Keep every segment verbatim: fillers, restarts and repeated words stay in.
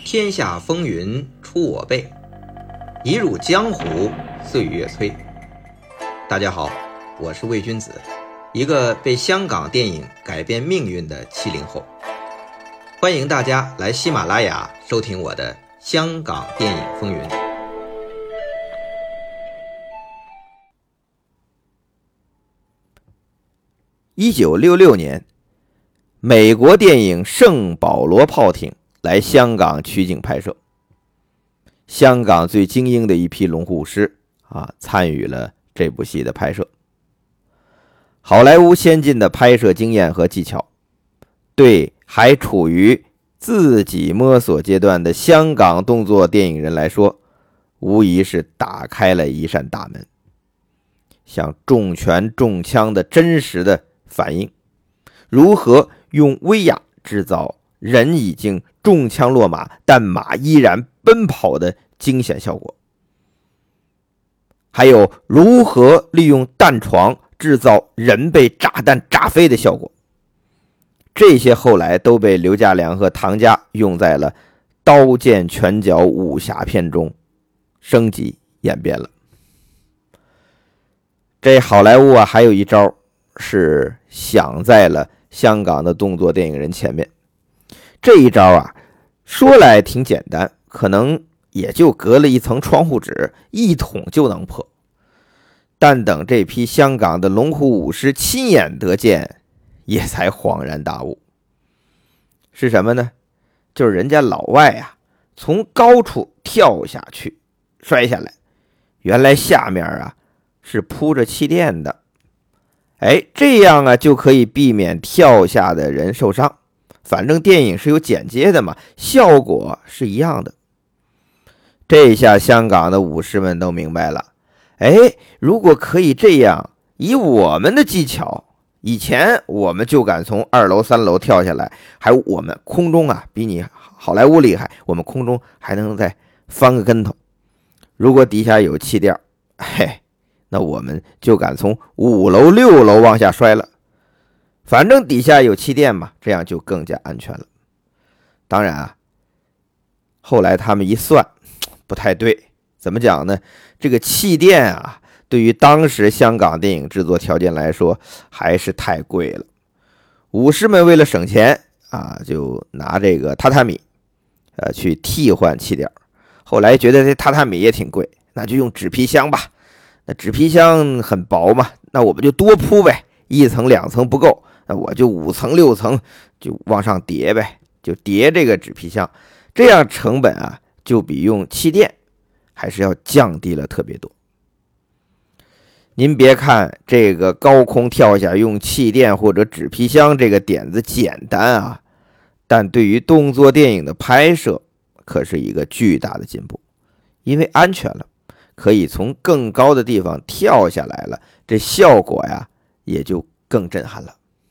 天下风云出我辈，一入江湖岁月催。大家好，我是魏君子，一个被香港电影改变命运的七零后。欢迎大家来喜马拉雅收听我的香港电影风云。 一九六六年，美国电影《圣保罗炮艇》来香港取景拍摄，香港最精英的一批龙虎武师啊，参与了这部戏的拍摄。好莱坞先进的拍摄经验和技巧，对还处于自己摸索阶段的香港动作电影人来说，无疑是打开了一扇大门。像重拳重枪的真实的反应，如何用威亚制造人已经中枪落马但马依然奔跑的惊险效果，还有如何利用弹床制造人被炸弹炸飞的效果，这些后来都被刘家良和唐家用在了刀剑拳脚武侠片中，升级演变了。这好莱坞啊，还有一招是想在了香港的动作电影人前面。这一招啊，说来挺简单，可能也就隔了一层窗户纸，一捅就能破。但等这批香港的龙虎武师亲眼得见，也才恍然大悟。是什么呢？就是人家老外啊，从高处跳下去，摔下来，原来下面啊是铺着气垫的。哎，这样啊就可以避免跳下的人受伤。反正电影是有剪接的嘛，效果是一样的。这下香港的武师们都明白了，哎，如果可以这样，以我们的技巧，以前我们就敢从二楼三楼跳下来，还我们空中啊比你好莱坞厉害，我们空中还能再翻个跟头。如果底下有气垫，嘿，那我们就敢从五楼六楼往下摔了。反正底下有气垫嘛，这样就更加安全了。当然啊，后来他们一算不太对，怎么讲呢？这个气垫啊，对于当时香港电影制作条件来说还是太贵了。武师们为了省钱啊，就拿这个榻榻米呃去替换气垫。后来觉得这榻榻米也挺贵，那就用纸皮箱吧。那纸皮箱很薄嘛，那我们就多铺呗，一层两层不够，那我就五层六层就往上叠呗，就叠这个纸皮箱，这样成本啊就比用气垫还是要降低了特别多。您别看这个高空跳下用气垫或者纸皮箱这个点子简单啊，但对于动作电影的拍摄可是一个巨大的进步，因为安全了，可以从更高的地方跳下来了，这效果呀也就更震撼了。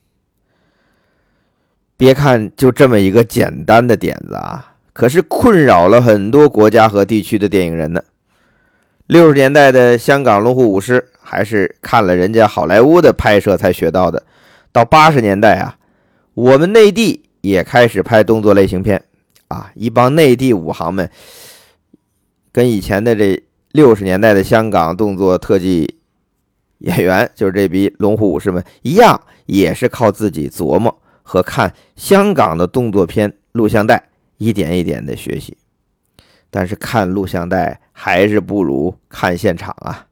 别看就这么一个简单的点子啊，可是困扰了很多国家和地区的电影人呢。六十年代的香港龙虎武师还是看了人家好莱坞的拍摄才学到的。到八十年代啊，我们内地也开始拍动作类型片啊，一帮内地武行们跟以前的这六十年代的香港动作特技演员，就是这批龙虎武士们一样，也是靠自己琢磨和看香港的动作片录像带一点一点的学习。但是看录像带还是不如看现场啊。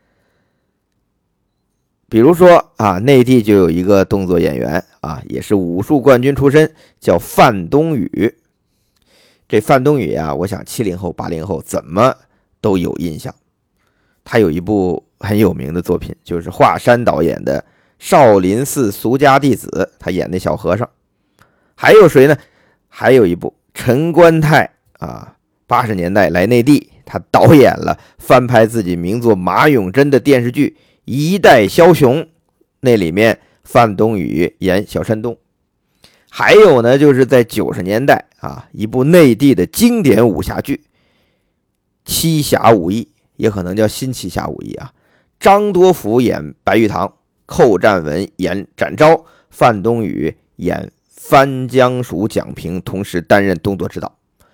比如说啊，内地就有一个动作演员啊，也是武术冠军出身，叫范东宇。这范东宇啊，我想七零后八零后怎么都有印象。他有一部很有名的作品，就是华山导演的《少林寺俗家弟子》，他演的小和尚。还有谁呢？还有一部陈观泰啊，八十年代来内地，他导演了翻拍自己名作马永贞的电视剧《一代枭雄》，那里面范东宇演小山东。还有呢，就是在九十年代啊，一部内地的经典武侠剧《七侠五义》，也可能叫新七侠五义啊。张多福演白玉堂，寇占文演展昭，范东宇演番江蜀蒋平，同时担任动作指导。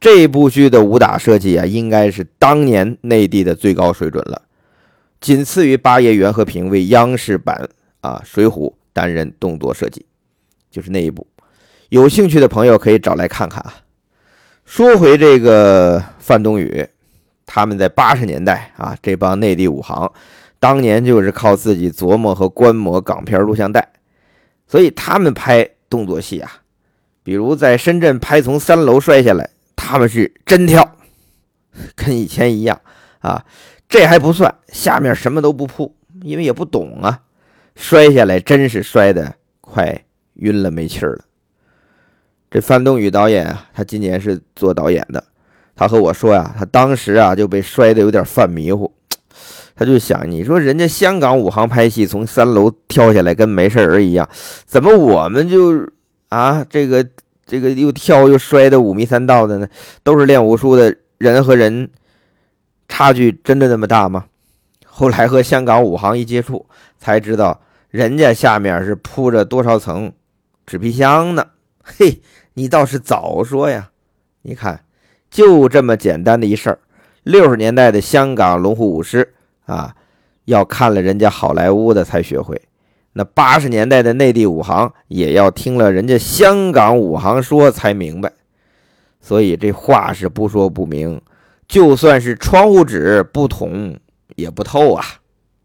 这部剧的武打设计啊，应该是当年内地的最高水准了，仅次于八爷袁和平为央视版啊《水浒》担任动作设计，就是那一部。有兴趣的朋友可以找来看看啊。说回这个范冬雨，他们在八十年代啊，这帮内地武行当年就是靠自己琢磨和观摩港片录像带，所以他们拍动作戏啊，比如在深圳拍从三楼摔下来，他们是真跳，跟以前一样啊。这还不算，下面什么都不铺，因为也不懂啊，摔下来真是摔得快晕了没气儿了。这范冬雨导演啊，他今年是做导演的，他和我说呀，他当时啊就被摔得有点犯迷糊，他就想，你说人家香港武行拍戏从三楼跳下来跟没事人一样，怎么我们就啊这个这个又跳又摔得五迷三道的呢？都是练武术的人和人差距真的那么大吗？后来和香港武行一接触，才知道人家下面是铺着多少层纸皮箱呢。嘿，你倒是早说呀！你看，就这么简单的一事儿，六十年代的香港龙虎武师啊，要看了人家好莱坞的才学会；那八十年代的内地武行也要听了人家香港武行说才明白。所以这话是不说不明，就算是窗户纸不捅也不透啊。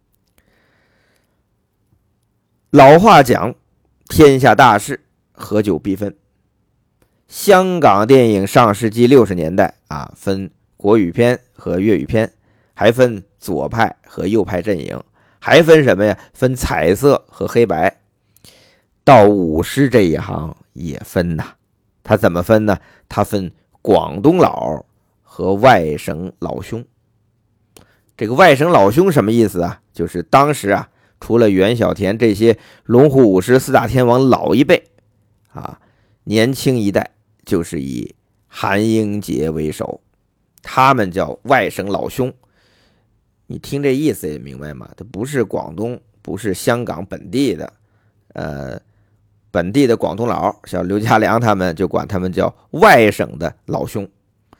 老话讲，天下大事合久必分。香港电影上世纪六十年代啊，分国语片和粤语片，还分左派和右派阵营，还分什么呀？分彩色和黑白。到武师这一行也分呐，他怎么分呢？他分广东佬和外省老兄。这个外省老兄什么意思啊？就是当时啊，除了袁小田这些龙虎武师四大天王老一辈啊，年轻一代就是以韩英杰为首，他们叫外省老兄。你听这意思也明白吗？他不是广东，不是香港本地的，呃，本地的广东佬，像刘家良他们就管他们叫外省的老兄。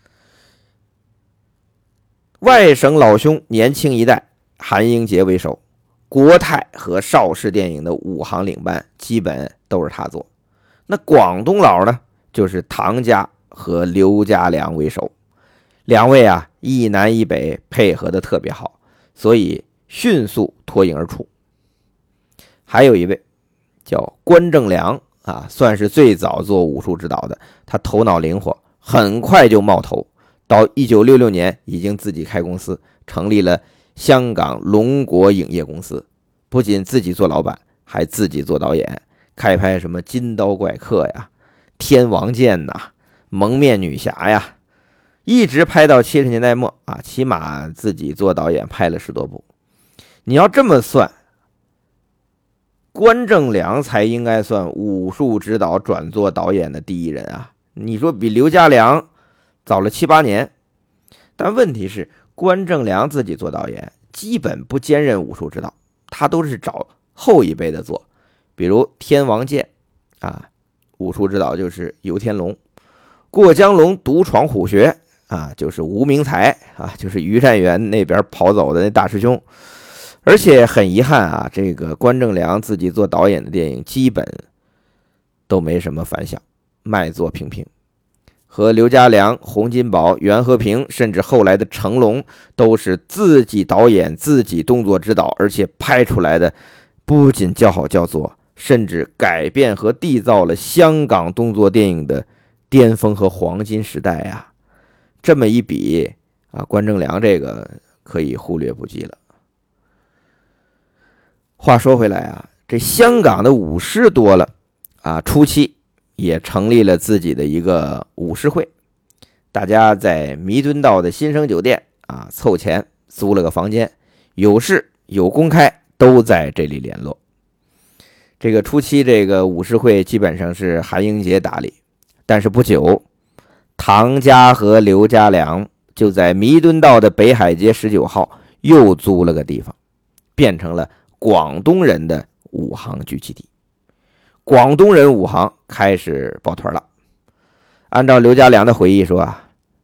外省老兄年轻一代，韩英杰为首，国泰和邵氏电影的武行领班基本都是他做。那广东佬呢，就是唐家和刘家良为首，两位啊一南一北配合的特别好，所以迅速脱颖而出。还有一位叫关正良啊，算是最早做武术指导的，他头脑灵活，很快就冒头，到一九六六年已经自己开公司，成立了香港龙国影业公司，不仅自己做老板，还自己做导演，开拍什么金刀怪客呀、天王剑呐、蒙面女侠呀，一直拍到七十年代末啊，起码自己做导演拍了十多部。你要这么算，关正良才应该算武术指导转做导演的第一人啊！你说比刘家良早了七八年，但问题是关正良自己做导演，基本不兼任武术指导，他都是找后一辈的做，比如天王剑啊，武术指导就是游天龙；过江龙独闯虎穴啊，就是吴明才啊，就是于占元那边跑走的那大师兄。而且很遗憾啊，这个关正良自己做导演的电影基本都没什么反响，卖座平平。和刘家良、洪金宝、袁和平，甚至后来的成龙，都是自己导演、自己动作指导，而且拍出来的不仅叫好叫座，甚至改变和缔造了香港动作电影的巅峰和黄金时代啊！这么一比啊，关正良这个可以忽略不计了。话说回来啊，这香港的武师多了啊，初期也成立了自己的一个武师会，大家在弥敦道的新生酒店啊凑钱租了个房间，有事有公开都在这里联络。这个初期这个武师会基本上是韩英杰打理，但是不久，唐家和刘家良就在弥敦道的北海街十九号又租了个地方，变成了广东人的武行聚集地。广东人武行开始抱团了。按照刘家良的回忆说啊，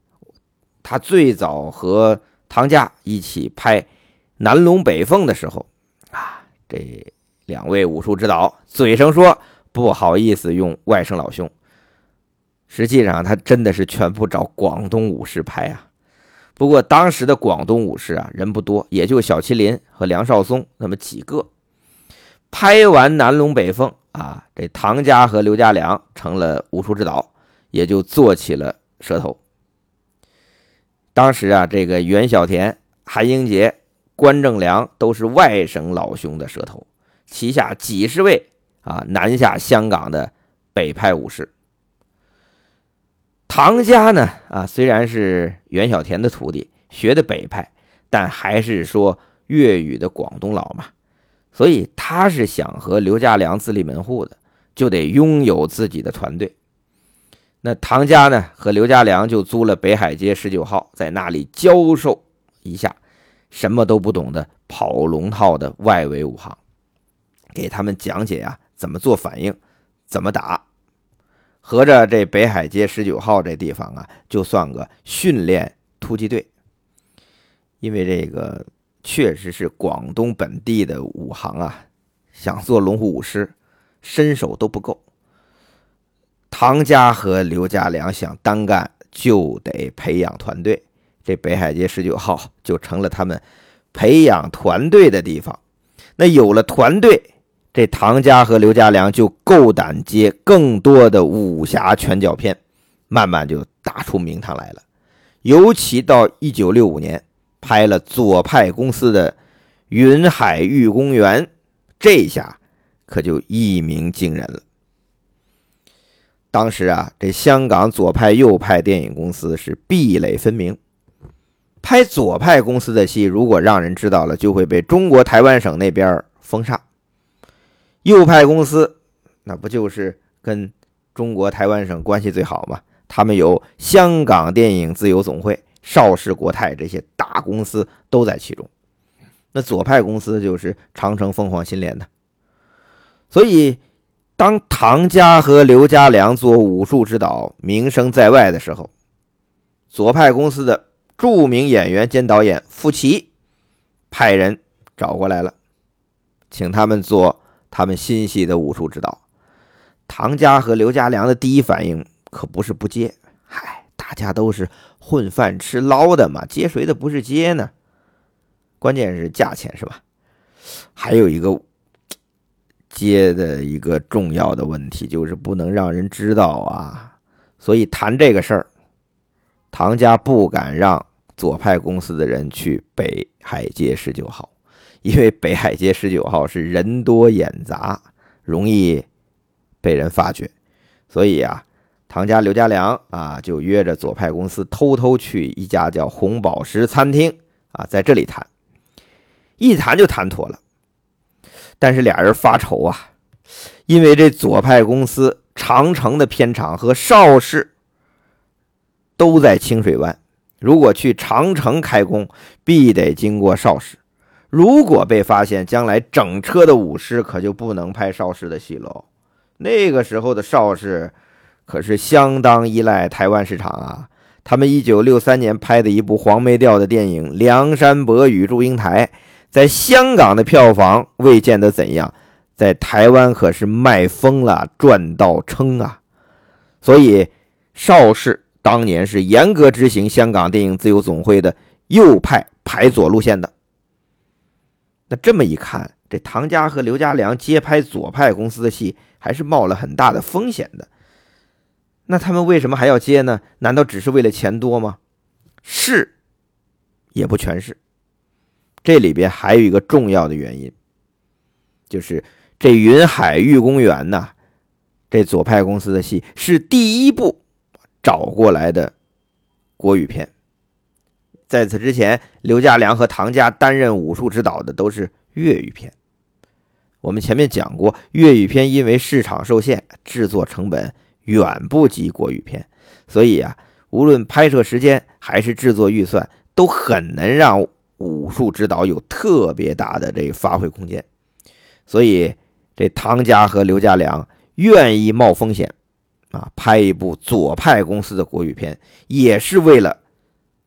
他最早和唐家一起拍南龙北凤的时候啊，这两位武术指导嘴上说不好意思用外省老兄，实际上他真的是全部找广东武士拍啊。不过当时的广东武士啊人不多，也就小麒麟和梁少松那么几个。拍完南龙北凤啊，这唐家和刘家良成了武术指导，也就做起了蛇头。当时啊，这个袁小田、韩英杰、关正良都是外省老兄的蛇头，旗下几十位啊南下香港的北派武士。唐家呢啊，虽然是袁小田的徒弟，学的北派，但还是说粤语的广东佬嘛，所以他是想和刘家良自立门户的，就得拥有自己的团队。那唐家呢和刘家良就租了北海街十九号，在那里教授一下什么都不懂的跑龙套的外围武行，给他们讲解啊怎么做反应，怎么打。合着这北海街十九号这地方啊，就算个训练突击队。因为这个确实是广东本地的武行啊，想做龙虎武师，身手都不够。唐家和刘家良想单干，就得培养团队。这北海街十九号就成了他们培养团队的地方。那有了团队，这唐家和刘家良就够胆接更多的武侠拳脚片，慢慢就打出名堂来了。尤其到一九六五年拍了左派公司的云海玉公园，这下可就一鸣惊人了。当时啊，这香港左派右派电影公司是壁垒分明。拍左派公司的戏，如果让人知道了，就会被中国台湾省那边封杀。右派公司那不就是跟中国台湾省关系最好吗？他们有香港电影自由总会、邵氏国泰这些大公司都在其中。那左派公司就是长城、凤凰、新联的。所以当唐家和刘家良做武术指导名声在外的时候，左派公司的著名演员兼导演傅奇派人找过来了，请他们做他们新戏的武术指导。唐家和刘家良的第一反应可不是不接，嗨，大家都是混饭吃捞的嘛，接谁的不是接呢？关键是价钱是吧？还有一个接的一个重要的问题，就是不能让人知道啊。所以谈这个事儿，唐家不敢让左派公司的人去北海街十九号，因为北海街十九号是人多眼杂，容易被人发觉。所以啊，唐家刘家良啊就约着左派公司偷偷去一家叫红宝石餐厅啊，在这里谈。一谈就谈妥了。但是俩人发愁啊，因为这左派公司长城的片场和邵氏都在清水湾，如果去长城开工，必得经过邵氏。如果被发现，将来整车的武师可就不能拍邵氏的戏喽。那个时候的邵氏可是相当依赖台湾市场啊。他们一九六三年拍的一部黄梅调的电影《梁山伯与祝英台》，在香港的票房未见得怎样，在台湾可是卖疯了，赚到撑啊。所以邵氏当年是严格执行香港电影自由总会的右派排左路线的。那这么一看，这唐家和刘家良接拍左派公司的戏，还是冒了很大的风险的。那他们为什么还要接呢？难道只是为了钱多吗？是，也不全是。这里边还有一个重要的原因，就是这云海玉公园呐，这左派公司的戏是第一部找过来的国语片。在此之前，刘家良和唐家担任武术指导的都是粤语片。我们前面讲过，粤语片因为市场受限，制作成本远不及国语片，所以啊，无论拍摄时间还是制作预算，都很能让武术指导有特别大的这个发挥空间。所以这唐家和刘家良愿意冒风险啊，拍一部左派公司的国语片，也是为了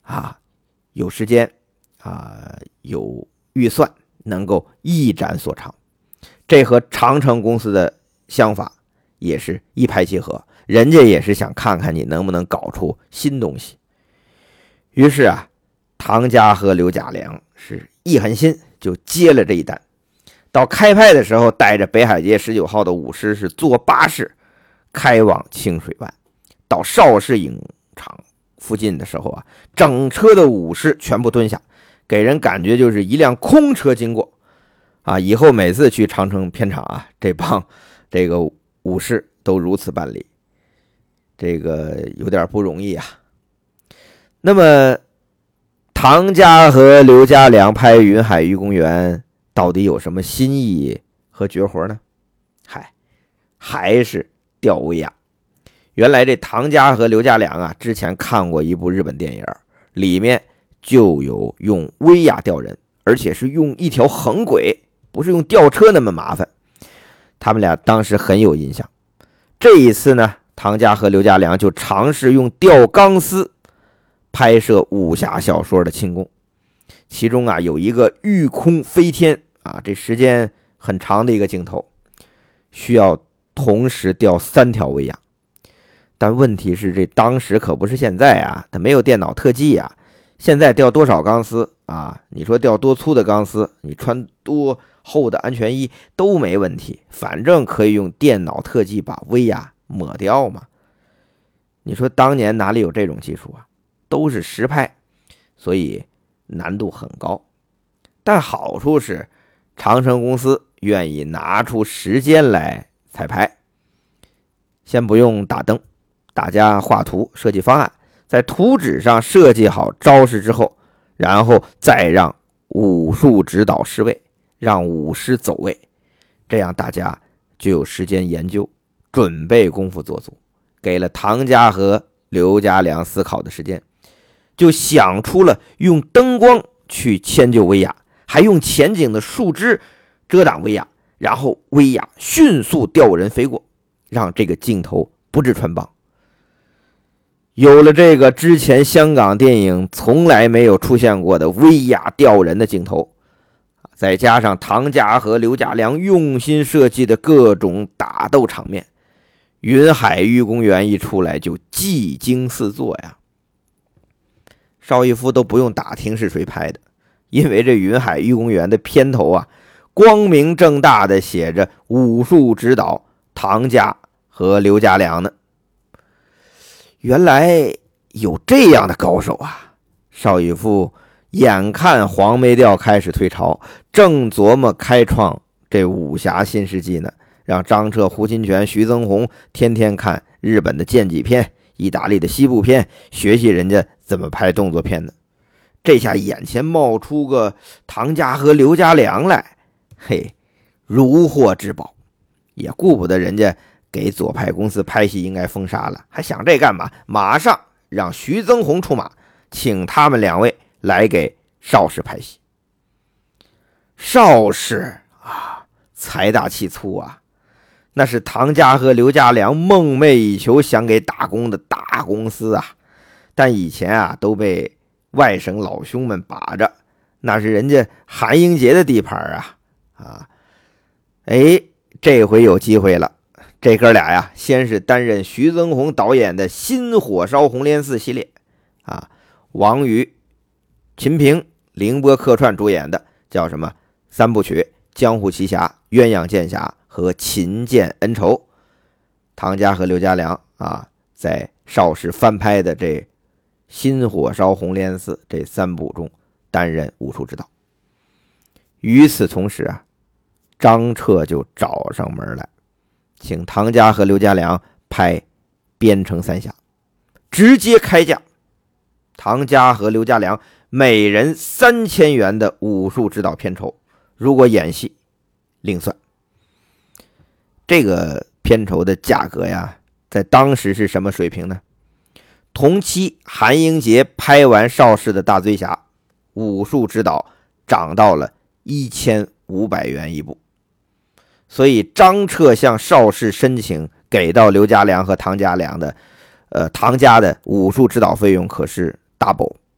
啊，有时间啊，有预算，能够一展所长。这和长城公司的想法也是一拍即合，人家也是想看看你能不能搞出新东西。于是啊，唐家和刘家良是一狠心就接了这一单。到开派的时候，带着北海街十九号的武师是坐巴士开往清水湾。到邵氏影厂附近的时候啊，整车的武士全部蹲下，给人感觉就是一辆空车经过啊。以后每次去长城片场啊，这帮这个武士都如此办理，这个有点不容易啊。那么唐家和刘家良拍云海愚公园到底有什么新意和绝活呢？嗨，还是钓威亚。原来这唐家和刘家良啊，之前看过一部日本电影，里面就有用威亚钓人，而且是用一条横轨，不是用吊车那么麻烦。他们俩当时很有印象。这一次呢，唐家和刘家良就尝试用吊钢丝拍摄武侠小说的轻功，其中啊有一个御空飞天啊，这时间很长的一个镜头，需要同时钓三条威亚。但问题是，这当时可不是现在啊，它没有电脑特技啊。现在钓多少钢丝啊？你说钓多粗的钢丝，你穿多厚的安全衣都没问题，反正可以用电脑特技把威亚抹掉嘛。你说当年哪里有这种技术啊？都是实拍，所以难度很高。但好处是，长城公司愿意拿出时间来彩排，先不用打灯。大家画图设计方案，在图纸上设计好招式之后，然后再让武术指导示位，让武师走位，这样大家就有时间研究，准备功夫做足，给了唐家和刘家良思考的时间，就想出了用灯光去迁就威亚，还用前景的树枝遮挡威亚，然后威亚迅速吊人飞过，让这个镜头不致穿帮。有了这个之前香港电影从来没有出现过的威亚吊人的镜头，再加上唐家和刘家良用心设计的各种打斗场面，云海玉公园一出来就技惊四座呀。邵逸夫都不用打听是谁拍的，因为这云海玉公园的片头啊，光明正大的写着武术指导唐家和刘家良呢。原来有这样的高手啊！邵逸夫眼看黄梅调开始退潮，正琢磨开创这武侠新世纪呢，让张彻、胡金铨、徐增宏天天看日本的剑戟片、意大利的西部片，学习人家怎么拍动作片呢。这下眼前冒出个唐家和刘家良来，嘿，如获至宝，也顾不得人家给左派公司拍戏应该封杀了，还想这干嘛？马上让徐增宏出马，请他们两位来给邵氏拍戏。邵氏啊，财大气粗啊，那是唐家和刘家良梦寐以求想给打工的大公司啊。但以前啊都被外省老兄们把着，那是人家韩英杰的地盘啊啊！哎，这回有机会了。这哥俩呀，先是担任徐增宏导演的新火烧红莲寺系列啊，王宇、秦平、凌波客串主演的叫什么三部曲：江湖奇侠、鸳鸯剑侠和秦剑恩仇。唐家和刘家良啊，在邵氏翻拍的这新火烧红莲寺这三部中担任武术指导。与此同时啊，张彻就找上门来，请唐家和刘家良拍边城三侠，直接开价，唐家和刘家良每人三千元的武术指导片酬，如果演戏另算。这个片酬的价格呀，在当时是什么水平呢？同期韩英杰拍完邵氏的大醉侠，武术指导涨到了一千五百元一部。所以张彻向邵氏申请给到刘家良和唐家良的呃唐家的武术指导费用可是 double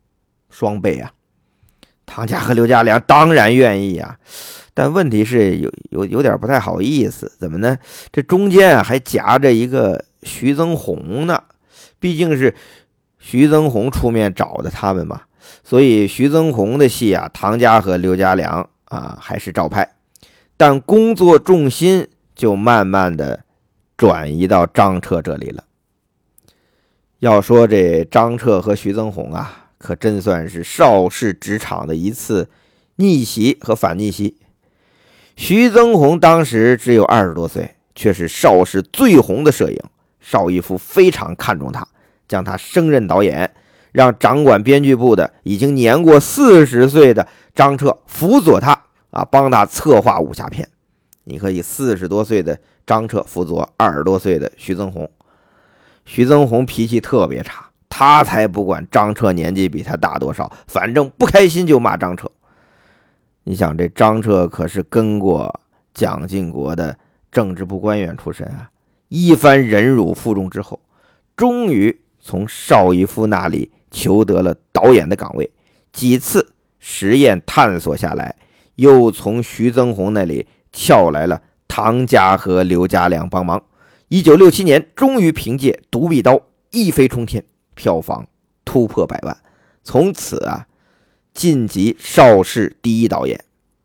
双倍啊。唐家和刘家良当然愿意啊，但问题是有有有点不太好意思，怎么呢？这中间啊还夹着一个徐增宏呢，毕竟是徐增宏出面找的他们嘛，所以徐增宏的戏啊，唐家和刘家良啊还是照拍，但工作重心就慢慢的转移到张彻这里了。要说这张彻和徐增宏啊，可真算是邵氏职场的一次逆袭和反逆袭。徐增宏当时只有二十多岁，却是邵氏最红的摄影，邵逸夫非常看重他，将他升任导演，让掌管编剧部的已经年过四十岁的张彻辅佐他啊，帮他策划武侠片。你可以四十多岁的张彻辅佐二十多岁的徐增宏。徐增宏脾气特别差，他才不管张彻年纪比他大多少，反正不开心就骂张彻。你想这张彻可是跟过蒋经国的政治部官员出身啊，一番忍辱负重之后，终于从邵逸夫那里求得了导演的岗位，几次实验探索下来，又从徐增宏那里撬来了唐家和刘家良帮忙。一九六七年终于凭借《独臂刀》一飞冲天，票房突破百万，从此啊晋级邵氏第一导演。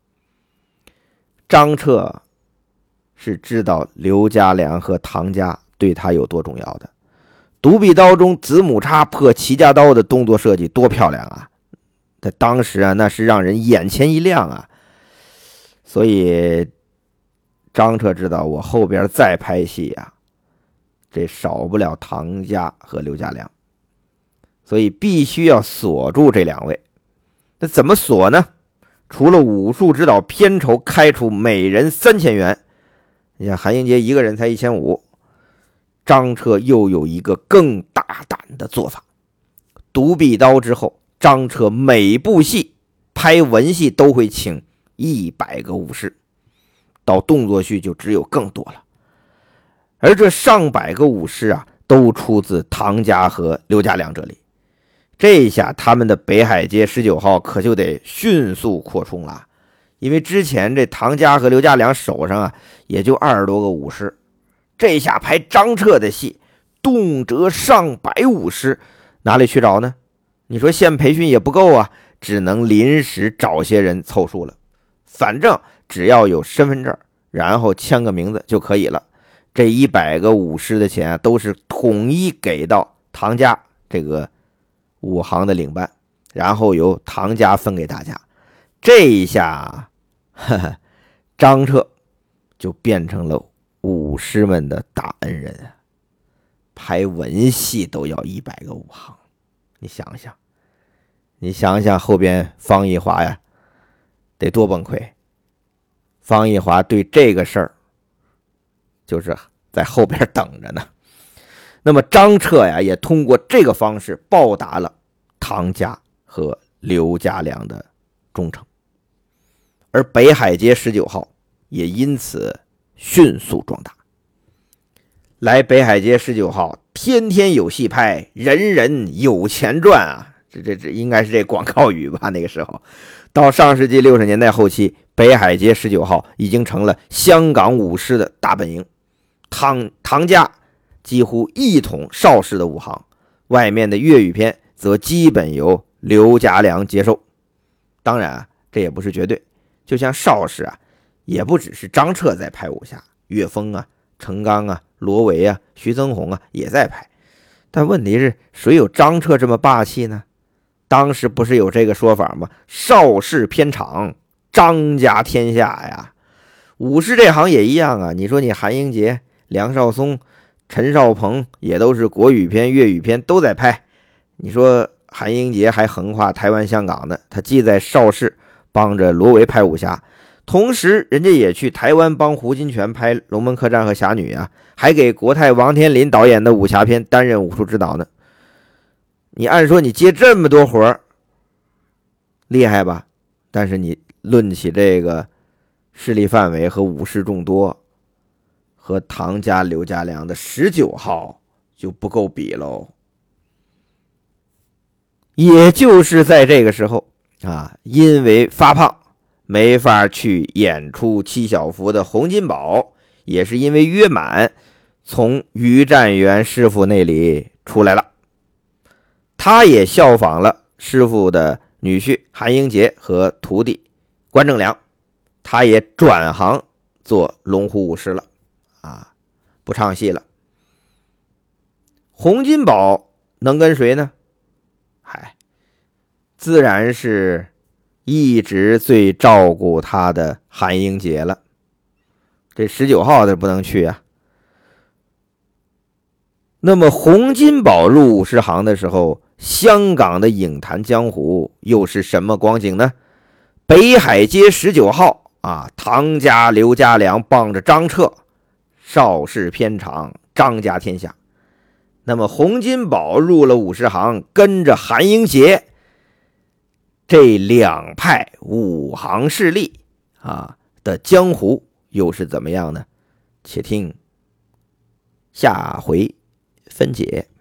张彻是知道刘家良和唐家对他有多重要的，《独臂刀》中子母叉破齐家刀的动作设计多漂亮啊，在当时啊那是让人眼前一亮啊。所以张彻知道我后边再拍戏啊，这少不了唐家和刘家良，所以必须要锁住这两位。那怎么锁呢？除了武术指导片酬开出每人三千元，你看韩英杰一个人才一千五，张彻又有一个更大胆的做法。独臂刀之后，张彻每部戏拍文戏都会请一百个武师，到动作戏就只有更多了。而这上百个武师啊，都出自唐家和刘家良这里。这下他们的北海街十九号可就得迅速扩充了，因为之前这唐家和刘家良手上啊也就二十多个武师，这下拍张彻的戏，动辄上百武师，哪里去找呢？你说现培训也不够啊，只能临时找些人凑数了。反正只要有身份证，然后签个名字就可以了。这一百个武师的钱都是统一给到唐家这个武行的领班，然后由唐家分给大家。这一下呵呵张彻就变成了武师们的大恩人啊，拍文戏都要一百个武行。你想想你想想后边方逸华呀得多崩溃。方逸华对这个事儿就是在后边等着呢。那么张彻呀也通过这个方式报答了唐家和刘家良的忠诚，而北海街十九号也因此迅速壮大。来北海街十九号天天有戏拍，人人有钱赚啊，这这这应该是这广告语吧。那个时候到上世纪六十年代后期，北海街十九号已经成了香港武师的大本营。唐唐家几乎一统邵氏的武行，外面的粤语片则基本由刘家良接收。当然啊，这也不是绝对，就像邵氏啊，也不只是张彻在拍武侠，岳峰啊、程刚啊、罗维啊、徐增宏啊也在拍。但问题是，谁有张彻这么霸气呢？当时不是有这个说法吗？邵氏片场，张家天下呀。武师这行也一样啊，你说你韩英杰、梁少松、陈少鹏也都是国语片、粤语片都在拍。你说韩英杰还横跨台湾、香港的，他既在邵氏帮着罗维拍武侠，同时人家也去台湾帮胡金铨拍《龙门客栈》和《侠女》啊，还给国泰王天林导演的武侠片担任武术指导呢。你按说你接这么多活儿，厉害吧？但是你论起这个势力范围和武士众多，和唐家刘家良的十九号就不够比喽。 也就是在这个时候啊，因为发胖没法去演出七小福的洪金宝，也是因为约满从于占元师傅那里出来了。他也效仿了师傅的女婿韩英杰和徒弟关正良，他也转行做龙虎武师了啊，不唱戏了。洪金宝能跟谁呢？嗨，自然是一直最照顾他的韩英杰了。这十九号的不能去啊。那么洪金宝入武师行的时候，香港的影坛江湖又是什么光景呢？北海街十九号啊，唐家刘家良傍着张彻，邵氏片场张家天下。那么洪金宝入了武师行，跟着韩英杰，这两派武行势力啊的江湖又是怎么样呢？且听下回分解。